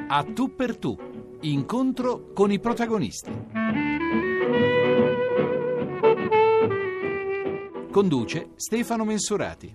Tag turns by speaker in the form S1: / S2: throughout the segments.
S1: A tu per tu, incontro con i protagonisti. Conduce Stefano Mensurati.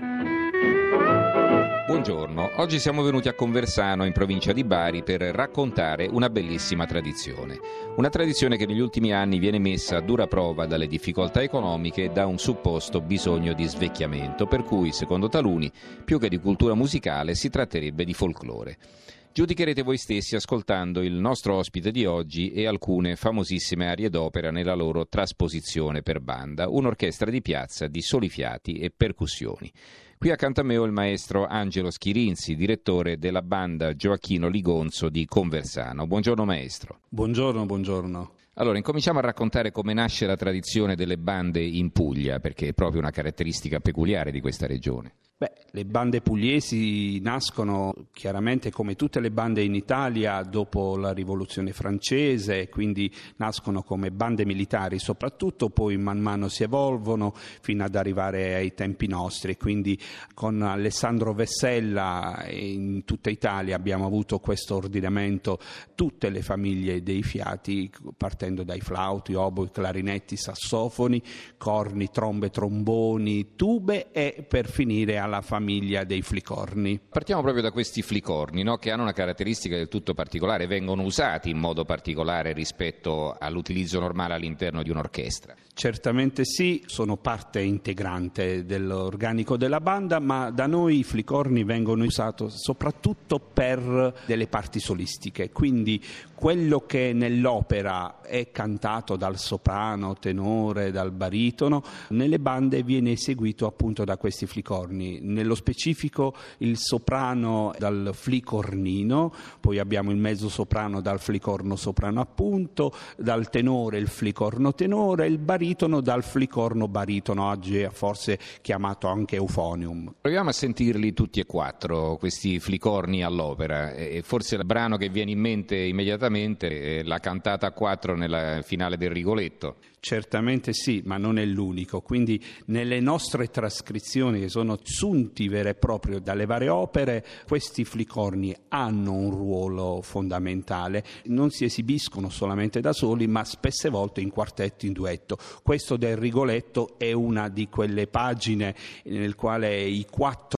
S2: Buongiorno, oggi siamo venuti a Conversano, in provincia di Bari, per raccontare una bellissima tradizione. Una tradizione che negli ultimi anni viene messa a dura prova dalle difficoltà economiche e da un supposto bisogno di svecchiamento, per cui, secondo taluni, più che di cultura musicale si tratterebbe di folklore. Giudicherete voi stessi ascoltando il nostro ospite di oggi e alcune famosissime arie d'opera nella loro trasposizione per banda, un'orchestra di piazza di soli fiati e percussioni. Qui accanto a me ho il maestro Angelo Schirinzi, direttore della banda Gioacchino Ligonzo di Conversano. Buongiorno maestro.
S3: Buongiorno.
S2: Allora, incominciamo a raccontare come nasce la tradizione delle bande in Puglia, perché è proprio una caratteristica peculiare di questa regione.
S3: Le bande pugliesi nascono chiaramente come tutte le bande in Italia dopo la rivoluzione francese, quindi nascono come bande militari soprattutto, poi man mano si evolvono fino ad arrivare ai tempi nostri. Quindi con Alessandro Vessella in tutta Italia abbiamo avuto questo ordinamento, tutte le famiglie dei fiati, partendo dai flauti, oboi, clarinetti, sassofoni, corni, trombe, tromboni, tube e per finire alla famiglia dei flicorni.
S2: Partiamo proprio da questi flicorni, no? Che hanno una caratteristica del tutto particolare, vengono usati in modo particolare rispetto all'utilizzo normale all'interno di un'orchestra.
S3: Certamente sì, sono parte integrante dell'organico della banda, ma da noi i flicorni vengono usati soprattutto per delle parti solistiche, quindi quello che nell'opera è cantato dal soprano, tenore, dal baritono, nelle bande viene eseguito appunto da questi flicorni. Nello specifico il soprano dal flicornino, poi abbiamo il mezzo soprano dal flicorno soprano appunto, dal tenore il flicorno tenore, il baritono dal flicorno baritono, oggi è forse chiamato anche euphonium.
S2: Proviamo a sentirli tutti e quattro, questi flicorni all'opera, e forse il brano che viene in mente immediatamente è la cantata a quattro nella finale del Rigoletto.
S3: Certamente sì, ma non è l'unico, quindi nelle nostre trascrizioni che sono assunti vero e proprio dalle varie opere, questi flicorni hanno un ruolo fondamentale, non si esibiscono solamente da soli ma spesse volte in quartetto, in duetto. Questo del Rigoletto è una di quelle pagine nel quale i quattro